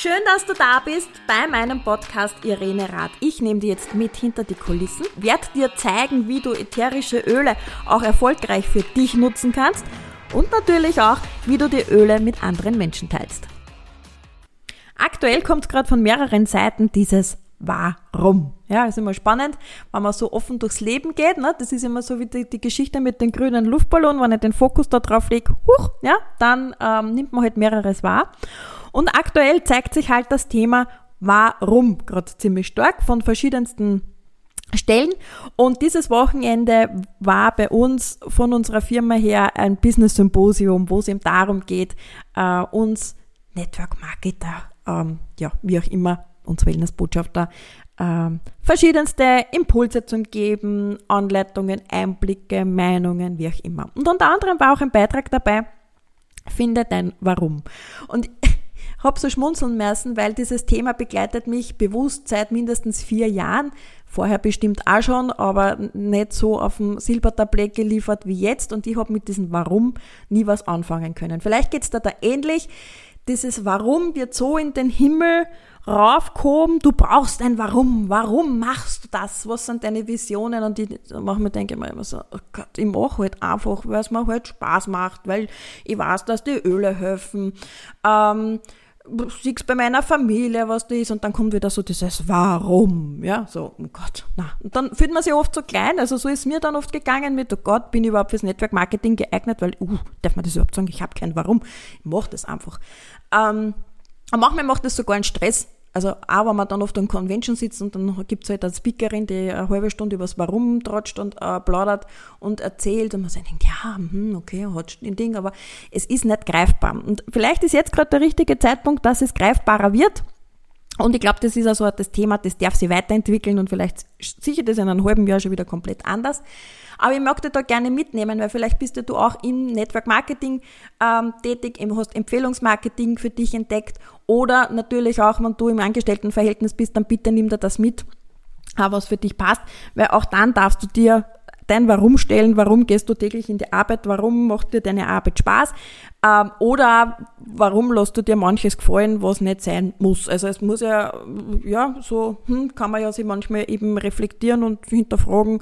Schön, dass du da bist bei meinem Podcast Irene Rath. Ich nehme dir jetzt mit hinter die Kulissen, werde dir zeigen, wie du ätherische Öle auch erfolgreich für dich nutzen kannst und natürlich auch, wie du die Öle mit anderen Menschen teilst. Aktuell kommt gerade von mehreren Seiten dieses Warum. Ja, ist immer spannend, wenn man so offen durchs Leben geht. Ne? Das ist immer so wie die Geschichte mit den grünen Luftballonen. Wenn ich den Fokus da drauf lege, ja, dann nimmt man halt mehreres wahr. Und aktuell zeigt sich halt das Thema Warum gerade ziemlich stark von verschiedensten Stellen. Und dieses Wochenende war bei uns von unserer Firma her ein Business-Symposium, wo es eben darum geht, uns Network-Marketer, wie auch immer, uns Wellness-Botschafter, verschiedenste Impulse zu geben, Anleitungen, Einblicke, Meinungen, wie auch immer. Und unter anderem war auch ein Beitrag dabei, finde dein Warum. Und habe so schmunzeln müssen, weil dieses Thema begleitet mich bewusst seit mindestens 4 Jahren. Vorher bestimmt auch schon, aber nicht so auf dem Silbertablett geliefert wie jetzt. Und ich habe mit diesem Warum nie was anfangen können. Vielleicht geht's da ähnlich. Dieses Warum wird so in den Himmel raufgehoben. Du brauchst ein Warum. Warum machst du das? Was sind deine Visionen? Und manchmal denke ich mir immer so, oh Gott, ich mache halt einfach, weil es mir halt Spaß macht, weil ich weiß, dass die Öle helfen. Siehst bei meiner Familie, was da ist, und dann kommt wieder so dieses Warum, ja, so, oh Gott, na. Und dann fühlt man sich oft so klein, also so ist mir dann oft gegangen mit, oh Gott, bin ich überhaupt fürs Network Marketing geeignet, weil, darf man das überhaupt sagen, ich habe kein Warum, ich mache das einfach. Und manchmal macht das sogar einen Stress, also auch wenn man dann oft an Convention sitzt und dann gibt's halt eine Speakerin, die eine halbe Stunde über das Warum tratscht und plaudert und erzählt und man sich denkt, ja, okay, hat ein Ding, aber es ist nicht greifbar. Und vielleicht ist jetzt gerade der richtige Zeitpunkt, dass es greifbarer wird. Und ich glaube, das ist also das Thema, das darf sich weiterentwickeln und vielleicht sicher das in einem halben Jahr schon wieder komplett anders. Aber ich mag dich da gerne mitnehmen, weil vielleicht bist du auch im Network Marketing tätig, hast Empfehlungsmarketing für dich entdeckt oder natürlich auch, wenn du im Angestelltenverhältnis bist, dann bitte nimm dir das mit, was für dich passt, weil auch dann darfst du dir dein Warum stellen, warum gehst du täglich in die Arbeit, warum macht dir deine Arbeit Spaß oder warum lässt du dir manches gefallen, was nicht sein muss. Also es muss ja kann man ja sich manchmal eben reflektieren und hinterfragen,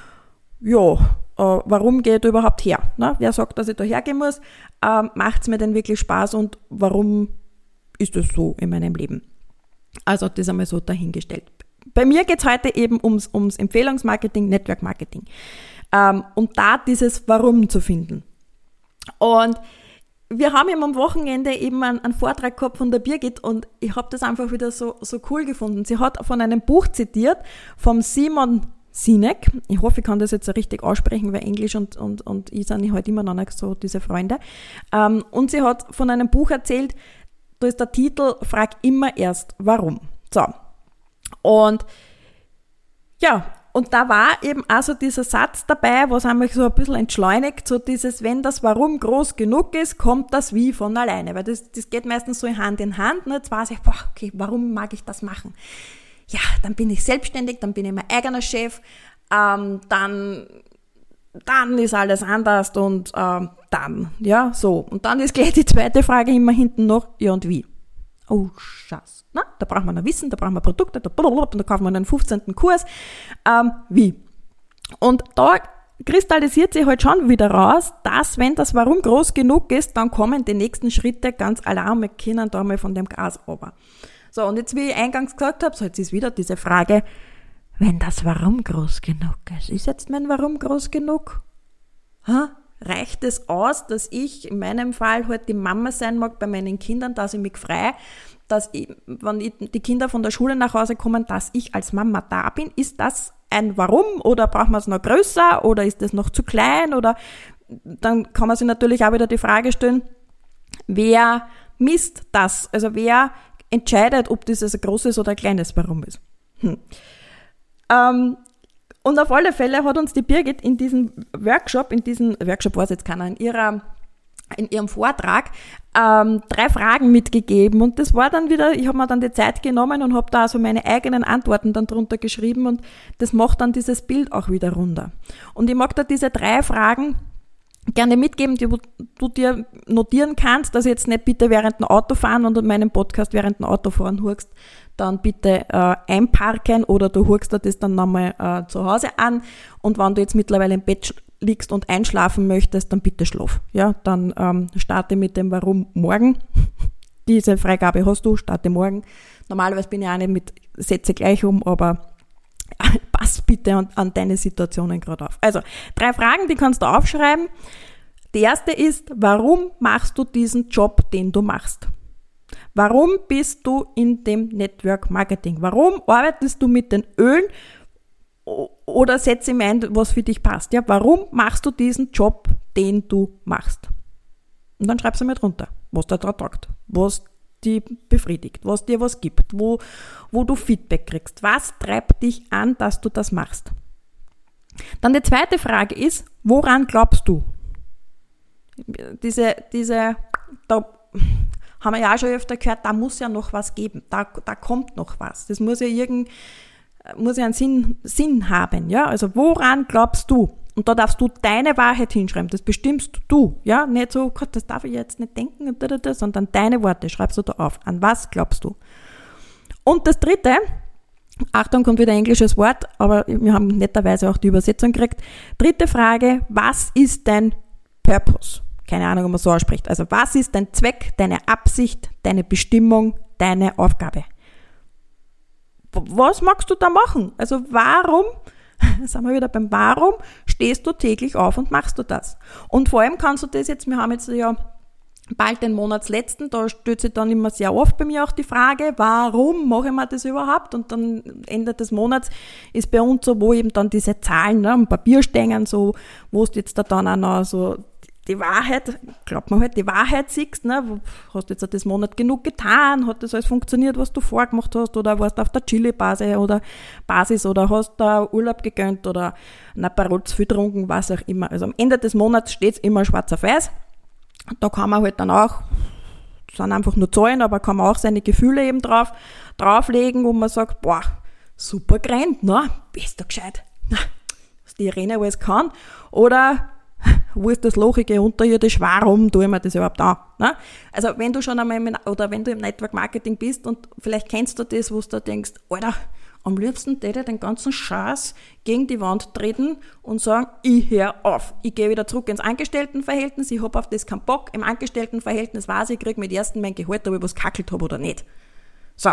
warum gehe ich da überhaupt her? Ne? Wer sagt, dass ich da hergehen muss? Macht es mir denn wirklich Spaß und warum ist das so in meinem Leben? Also das einmal so dahingestellt. Bei mir geht es heute eben ums Empfehlungsmarketing, Network Marketing. Und da dieses Warum zu finden. Und wir haben eben am Wochenende eben einen Vortrag gehabt von der Birgit und ich habe das einfach wieder so cool gefunden. Sie hat von einem Buch zitiert, vom Simon Sinek. Ich hoffe, ich kann das jetzt richtig aussprechen, weil Englisch und ich sind halt immer noch nicht so diese Freunde. Und sie hat von einem Buch erzählt, da ist der Titel, Frag immer erst warum. So. Und ja, und da war eben also dieser Satz dabei, was einmal so ein bisschen entschleunigt, so dieses, wenn das Warum groß genug ist, kommt das Wie von alleine, weil das geht meistens so Hand in Hand, ne? Jetzt weiß ich, okay, warum mag ich das machen? Ja, dann bin ich selbstständig, dann bin ich mein eigener Chef, dann ist alles anders und dann, ja, so. Und dann ist gleich die zweite Frage immer hinten noch, ja und wie? Oh, Schatz. Na, da braucht man noch Wissen, da braucht man Produkte, da kauft man einen 15. Kurs. Wie? Und da kristallisiert sich halt schon wieder raus, dass, wenn das Warum groß genug ist, dann kommen die nächsten Schritte ganz allein, wir können da mal von dem Gas runter. So, und jetzt, wie ich eingangs gesagt habe, so jetzt ist wieder diese Frage, wenn das Warum groß genug ist. Ist jetzt mein Warum groß genug? Reicht es aus, dass ich in meinem Fall halt die Mama sein mag bei meinen Kindern, dass ich mich freue, dass ich, wenn die Kinder von der Schule nach Hause kommen, dass ich als Mama da bin? Ist das ein Warum oder braucht man es noch größer oder ist das noch zu klein? Oder dann kann man sich natürlich auch wieder die Frage stellen, wer misst das? Also wer entscheidet, ob das ein großes oder ein kleines Warum ist? Und auf alle Fälle hat uns die Birgit in diesem Workshop war es jetzt keiner, in ihrem Vortrag 3 Fragen mitgegeben und das war dann wieder, ich habe mir dann die Zeit genommen und habe da so meine eigenen Antworten dann drunter geschrieben und das macht dann dieses Bild auch wieder runter. Und ich mag da diese 3 Fragen gerne mitgeben, die du dir notieren kannst, dass jetzt nicht bitte während dem Autofahren und meinen Podcast während dem Autofahren hörst, dann bitte einparken oder du hörst dir das dann nochmal zu Hause an und wenn du jetzt mittlerweile im Bett liegst und einschlafen möchtest, dann bitte schlaf. Ja, dann starte mit dem Warum morgen. Diese Freigabe hast du, starte morgen. Normalerweise bin ich auch nicht mit Sätze gleich um, aber pass bitte an deine Situationen gerade auf. Also, 3 Fragen, die kannst du aufschreiben. Die erste ist, warum machst du diesen Job, den du machst? Warum bist du in dem Network Marketing? Warum arbeitest du mit den Ölen oder setze ihm ein, was für dich passt? Ja, warum machst du diesen Job, den du machst? Und dann schreibst du mir drunter, was dir da taugt, was dich befriedigt, was dir was gibt, wo du Feedback kriegst. Was treibt dich an, dass du das machst? Dann die zweite Frage ist, woran glaubst du? Da haben wir ja auch schon öfter gehört, da muss ja noch was geben, da kommt noch was. Das muss ja einen Sinn haben, ja? Also woran glaubst du? Und da darfst du deine Wahrheit hinschreiben, das bestimmst du, ja? Nicht so, Gott, das darf ich jetzt nicht denken, sondern deine Worte schreibst du da auf. An was glaubst du? Und das dritte, Achtung, kommt wieder ein englisches Wort, aber wir haben netterweise auch die Übersetzung gekriegt. Dritte Frage, was ist dein Purpose? Keine Ahnung, ob man so ausspricht. Also was ist dein Zweck, deine Absicht, deine Bestimmung, deine Aufgabe? Was magst du da machen? Also warum, sind wir wieder beim Warum, stehst du täglich auf und machst du das? Und vor allem kannst du das jetzt, wir haben jetzt ja bald den Monatsletzten, da stellt sich dann immer sehr oft bei mir auch die Frage, warum mache ich mir das überhaupt? Und dann Ende des Monats ist bei uns so, wo eben dann diese Zahlen am Papier stehen, so, wo du jetzt da dann auch noch so die Wahrheit, glaubt man halt, die Wahrheit siehst, ne? Hast du jetzt das Monat genug getan? Hat das alles funktioniert, was du vorgemacht hast? Oder warst du auf der Chili-Basis oder hast da Urlaub gegönnt oder ein Aperol zu viel getrunken, was auch immer. Also am Ende des Monats steht es immer schwarz auf weiß. Da kann man halt dann auch, das sind einfach nur Zahlen, aber kann man auch seine Gefühle eben drauflegen, wo man sagt, boah, super gerannt, ne? Bist du gescheit. Was die Irene alles kann. Oder wo ist das Lochige unterirdisch, warum tue ich mir das überhaupt an? Ne? Also wenn du schon einmal wenn du im Network Marketing bist und vielleicht kennst du das, wo du denkst, Alter, am liebsten täte ich den ganzen Scheiß gegen die Wand treten und sagen, ich höre auf. Ich gehe wieder zurück ins Angestelltenverhältnis, ich habe auf das keinen Bock. Im Angestelltenverhältnis weiß ich, kriege mit ersten mein Gehalt, ob ich was kackelt habe oder nicht. So.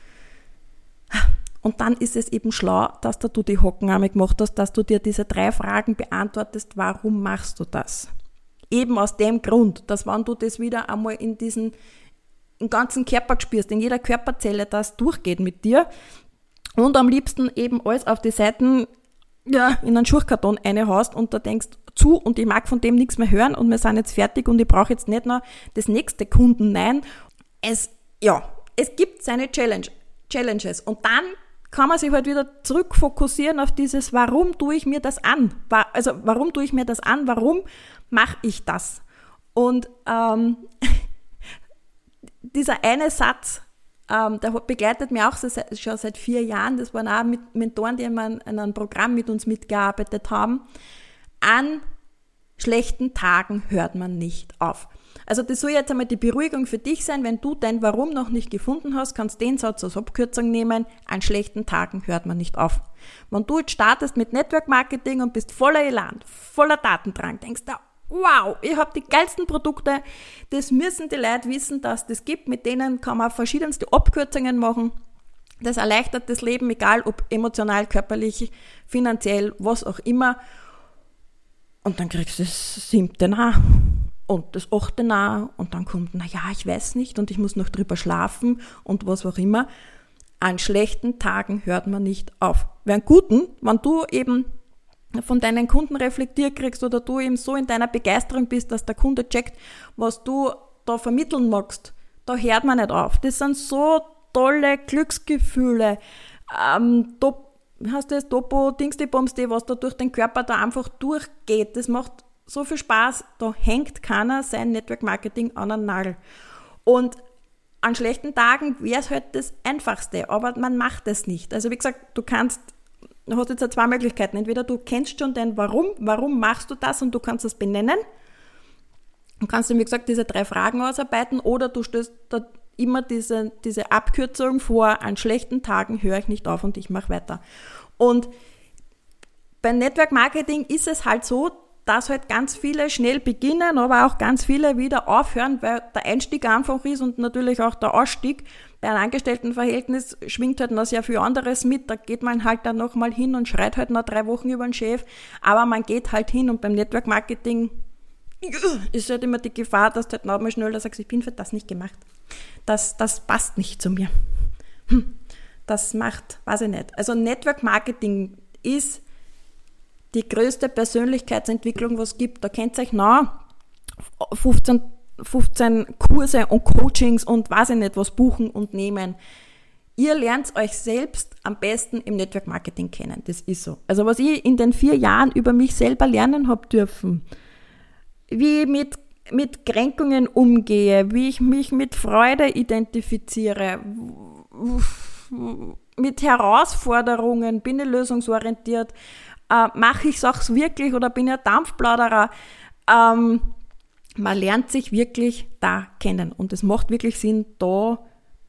Und dann ist es eben schlau, dass du die Hockenarme gemacht hast, dass du dir diese 3 Fragen beantwortest, warum machst du das? Eben aus dem Grund, dass wenn du das wieder einmal im ganzen Körper spürst, in jeder Körperzelle das durchgeht mit dir und am liebsten eben alles auf die Seiten in einen Schurchkarton reinhaust und da denkst, zu und ich mag von dem nichts mehr hören und wir sind jetzt fertig und ich brauche jetzt nicht noch das nächste Kunden-Nein. Es gibt seine Challenges und dann kann man sich halt wieder zurückfokussieren auf dieses, warum tue ich mir das an? Also warum tue ich mir das an? Warum mache ich das? Und dieser eine Satz, der begleitet mich auch schon seit 4 Jahren. Das waren auch mit Mentoren, die in einem Programm mit uns mitgearbeitet haben. An schlechten Tagen hört man nicht auf. Also das soll jetzt einmal die Beruhigung für dich sein, wenn du dein Warum noch nicht gefunden hast, kannst du den Satz als Abkürzung nehmen, an schlechten Tagen hört man nicht auf. Wenn du jetzt startest mit Network Marketing und bist voller Elan, voller Datendrang, denkst du, wow, ich habe die geilsten Produkte, das müssen die Leute wissen, dass das gibt, mit denen kann man verschiedenste Abkürzungen machen, das erleichtert das Leben, egal ob emotional, körperlich, finanziell, was auch immer. Und dann kriegst du das 7. nach. Und das 8. nach und dann kommt, ich weiß nicht und ich muss noch drüber schlafen und was auch immer. An schlechten Tagen hört man nicht auf. Während guten, wenn du eben von deinen Kunden reflektiert kriegst oder du eben so in deiner Begeisterung bist, dass der Kunde checkt, was du da vermitteln magst, da hört man nicht auf. Das sind so tolle Glücksgefühle. Hast du das Topo-Dingsdi-Bumsdi, was da durch den Körper da einfach durchgeht. Das macht so viel Spaß, da hängt keiner sein Network Marketing an einen Nagel. Und an schlechten Tagen wäre es halt das Einfachste, aber man macht es nicht. Also wie gesagt, du hast jetzt 2 Möglichkeiten. Entweder du kennst schon dein Warum machst du das und du kannst es benennen Du kannst dir, wie gesagt, diese 3 Fragen ausarbeiten oder du stößt da immer diese Abkürzung vor, an schlechten Tagen höre ich nicht auf und ich mache weiter. Und beim Network Marketing ist es halt so, dass halt ganz viele schnell beginnen, aber auch ganz viele wieder aufhören, weil der Einstieg einfach ist und natürlich auch der Ausstieg. Bei einem Angestelltenverhältnis schwingt halt noch sehr viel anderes mit. Da geht man halt dann nochmal hin und schreit halt noch 3 Wochen über den Chef. Aber man geht halt hin und beim Network Marketing ist halt immer die Gefahr, dass du halt noch mal schnell sagst, ich bin für das nicht gemacht. Das passt nicht zu mir. Das macht, weiß ich nicht. Also Network Marketing ist die größte Persönlichkeitsentwicklung, was es gibt. Da könnt ihr euch noch 15 Kurse und Coachings und weiß ich nicht was buchen und nehmen. Ihr lernt euch selbst am besten im Network Marketing kennen. Das ist so. Also was ich in den 4 Jahren über mich selber lernen habe dürfen, wie ich mit Kränkungen umgehe, wie ich mich mit Freude identifiziere, mit Herausforderungen, bin ich lösungsorientiert, mache ich Sachen wirklich oder bin ich ein Dampfplauderer. Man lernt sich wirklich da kennen und es macht wirklich Sinn, da,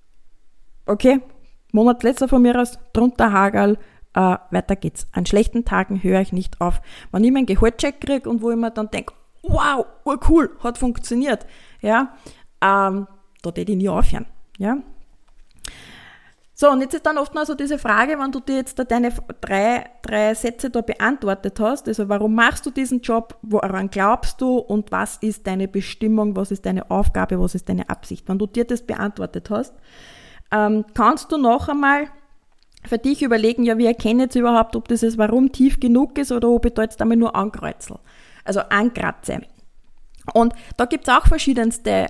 okay, Monat letzter von mir aus, drunter Hagel, weiter geht's. An schlechten Tagen höre ich nicht auf. Wenn ich meinen Gehaltscheck kriege und wo ich mir dann denke, wow, cool, hat funktioniert, ja, da hätte ich nie aufhören, ja. So, und jetzt ist dann oft noch so diese Frage, wenn du dir jetzt da deine 3 Sätze da beantwortet hast, also warum machst du diesen Job, woran glaubst du und was ist deine Bestimmung, was ist deine Aufgabe, was ist deine Absicht. Wenn du dir das beantwortet hast, kannst du noch einmal für dich überlegen, ja, wie erkenne ich jetzt überhaupt, ob dieses Warum tief genug ist oder ob ich da jetzt einmal nur ankreuzel, also ankratze. Und da gibt's auch verschiedenste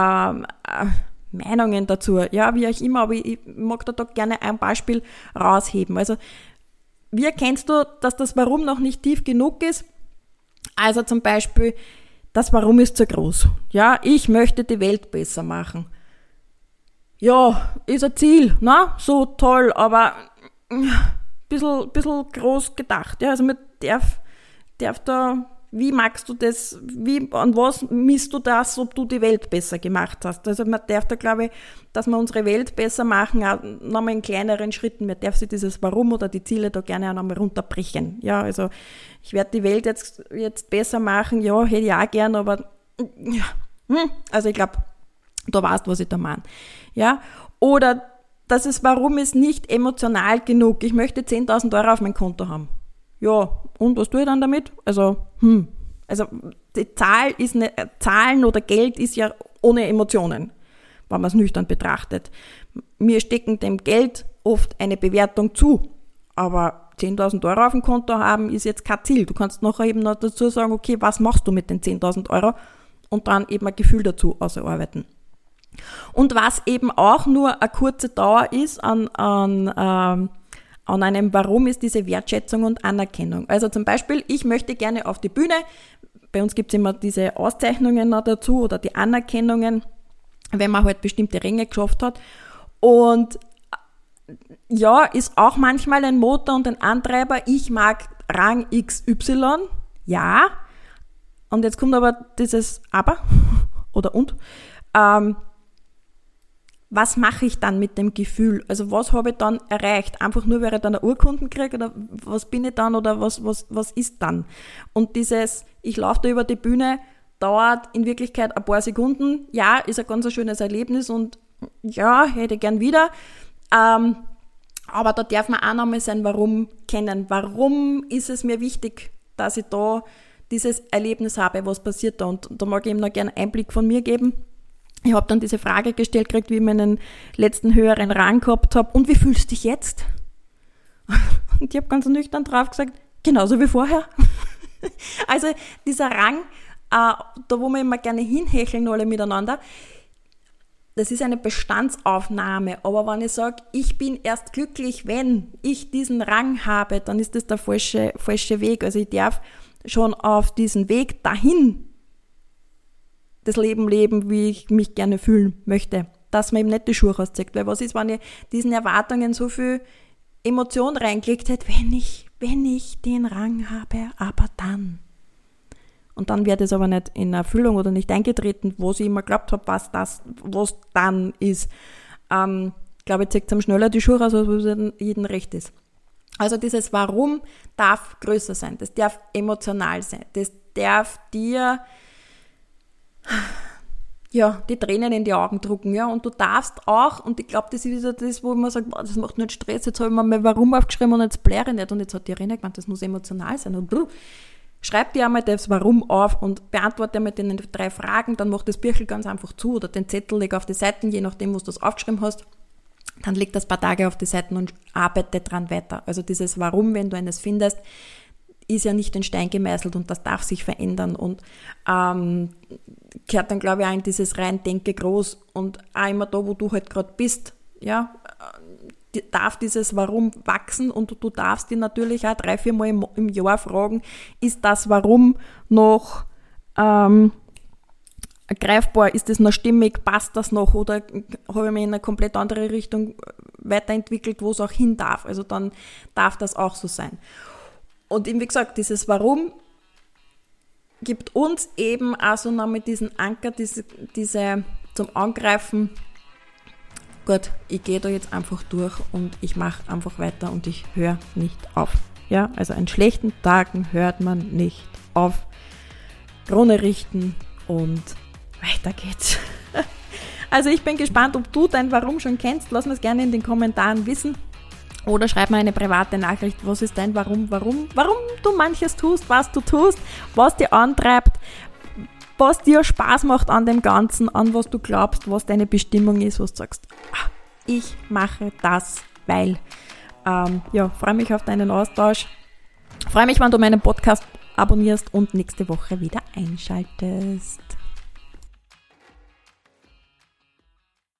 Meinungen dazu, ja, wie auch immer, aber ich mag da gerne ein Beispiel rausheben. Also, wie erkennst du, dass das Warum noch nicht tief genug ist? Also zum Beispiel, das Warum ist zu groß. Ja, ich möchte die Welt besser machen. Ja, ist ein Ziel, ne? So toll, aber bisschen groß gedacht. Ja, also man darf da, wie magst du das, an was misst du das, ob du die Welt besser gemacht hast? Also man darf da, glaube ich, dass wir unsere Welt besser machen, auch nochmal in kleineren Schritten. Man darf sich dieses Warum oder die Ziele da gerne auch nochmal runterbrechen. Ja, also ich werde die Welt jetzt besser machen, ja, hätte ich auch gern, aber ja, also ich glaube, du weißt, was ich da meine. Ja, oder das Warum ist nicht emotional genug. Ich möchte 10.000 Euro auf mein Konto haben. Ja, und was tue ich dann damit? Also die Zahl ist Zahlen oder Geld ist ja ohne Emotionen, wenn man es nüchtern betrachtet. Wir stecken dem Geld oft eine Bewertung zu, aber 10.000 Euro auf dem Konto haben ist jetzt kein Ziel. Du kannst nachher eben noch dazu sagen, okay, was machst du mit den 10.000 Euro und dann eben ein Gefühl dazu ausarbeiten. Und was eben auch nur eine kurze Dauer ist an einem Warum, ist diese Wertschätzung und Anerkennung. Also zum Beispiel, ich möchte gerne auf die Bühne, bei uns gibt es immer diese Auszeichnungen noch dazu oder die Anerkennungen, wenn man halt bestimmte Ränge geschafft hat. Und ja, ist auch manchmal ein Motor und ein Antreiber, ich mag Rang XY, ja. Und jetzt kommt aber dieses Aber oder und. Was mache ich dann mit dem Gefühl? Also was habe ich dann erreicht? Einfach nur, weil ich dann eine Urkunden kriege oder was bin ich dann oder was ist dann? Und dieses, ich laufe da über die Bühne, dauert in Wirklichkeit ein paar Sekunden. Ja, ist ein ganz schönes Erlebnis und ja, hätte ich gern wieder. Aber da darf man auch nochmal sein Warum kennen. Warum ist es mir wichtig, dass ich da dieses Erlebnis habe? Was passiert da? Und da mag ich eben noch gerne einen Einblick von mir geben. Ich habe dann diese Frage gestellt gekriegt, wie ich meinen letzten höheren Rang gehabt habe. Und wie fühlst du dich jetzt? Und ich habe ganz nüchtern drauf gesagt, genauso wie vorher. Also dieser Rang, da wo wir immer gerne hinhecheln alle miteinander, das ist eine Bestandsaufnahme. Aber wenn ich sage, ich bin erst glücklich, wenn ich diesen Rang habe, dann ist das der falsche Weg. Also ich darf schon auf diesen Weg dahin das Leben leben, wie ich mich gerne fühlen möchte. Dass man eben nicht die Schuhe auszieht. Weil was ist, wenn ich diesen Erwartungen so viel Emotion reingelegt hätte, wenn ich den Rang habe, aber dann. Und dann wird es aber nicht in Erfüllung oder nicht eingetreten, was ich immer geglaubt habe, was dann ist. Glaube ich, zieht es am schneller die Schuhe raus, als was jedem recht ist. Also dieses Warum darf größer sein, das darf emotional sein, das darf dir die Tränen in die Augen drucken, ja, und du darfst auch, und ich glaube, das ist wieder das, wo man sagt, das macht nicht Stress, jetzt habe ich mir mal Warum aufgeschrieben und jetzt bläre ich nicht, und jetzt hat die Irene gemeint, das muss emotional sein, und schreib dir einmal das Warum auf und beantworte mit den 3 Fragen, dann mach das Büchel ganz einfach zu oder den Zettel leg auf die Seiten, je nachdem, was du das aufgeschrieben hast, dann leg das ein paar Tage auf die Seiten und arbeite dran weiter. Also dieses Warum, wenn du eines findest, ist ja nicht in Stein gemeißelt und das darf sich verändern und gehört dann, glaube ich, auch in dieses rein Denke groß und auch immer da, wo du halt gerade bist, ja, darf dieses Warum wachsen und du darfst dir natürlich auch 3-4 Mal im Jahr fragen, ist das Warum noch greifbar, ist das noch stimmig, passt das noch oder habe ich mich in eine komplett andere Richtung weiterentwickelt, wo es auch hin darf. Also dann darf das auch so sein. Und eben, wie gesagt, dieses Warum gibt uns eben auch so noch mit diesen Anker, diese zum Angreifen. Gut, ich gehe da jetzt einfach durch und ich mache einfach weiter und ich höre nicht auf. Ja, also an schlechten Tagen hört man nicht auf. Krone richten und weiter geht's. Also ich bin gespannt, ob du dein Warum schon kennst. Lass mir es gerne in den Kommentaren wissen. Oder schreib mir eine private Nachricht, was ist dein Warum du manches tust, was du tust, was dir antreibt, was dir Spaß macht an dem Ganzen, an was du glaubst, was deine Bestimmung ist, was du sagst, ich mache das, weil. Freue mich auf deinen Austausch. Freue mich, wenn du meinen Podcast abonnierst und nächste Woche wieder einschaltest.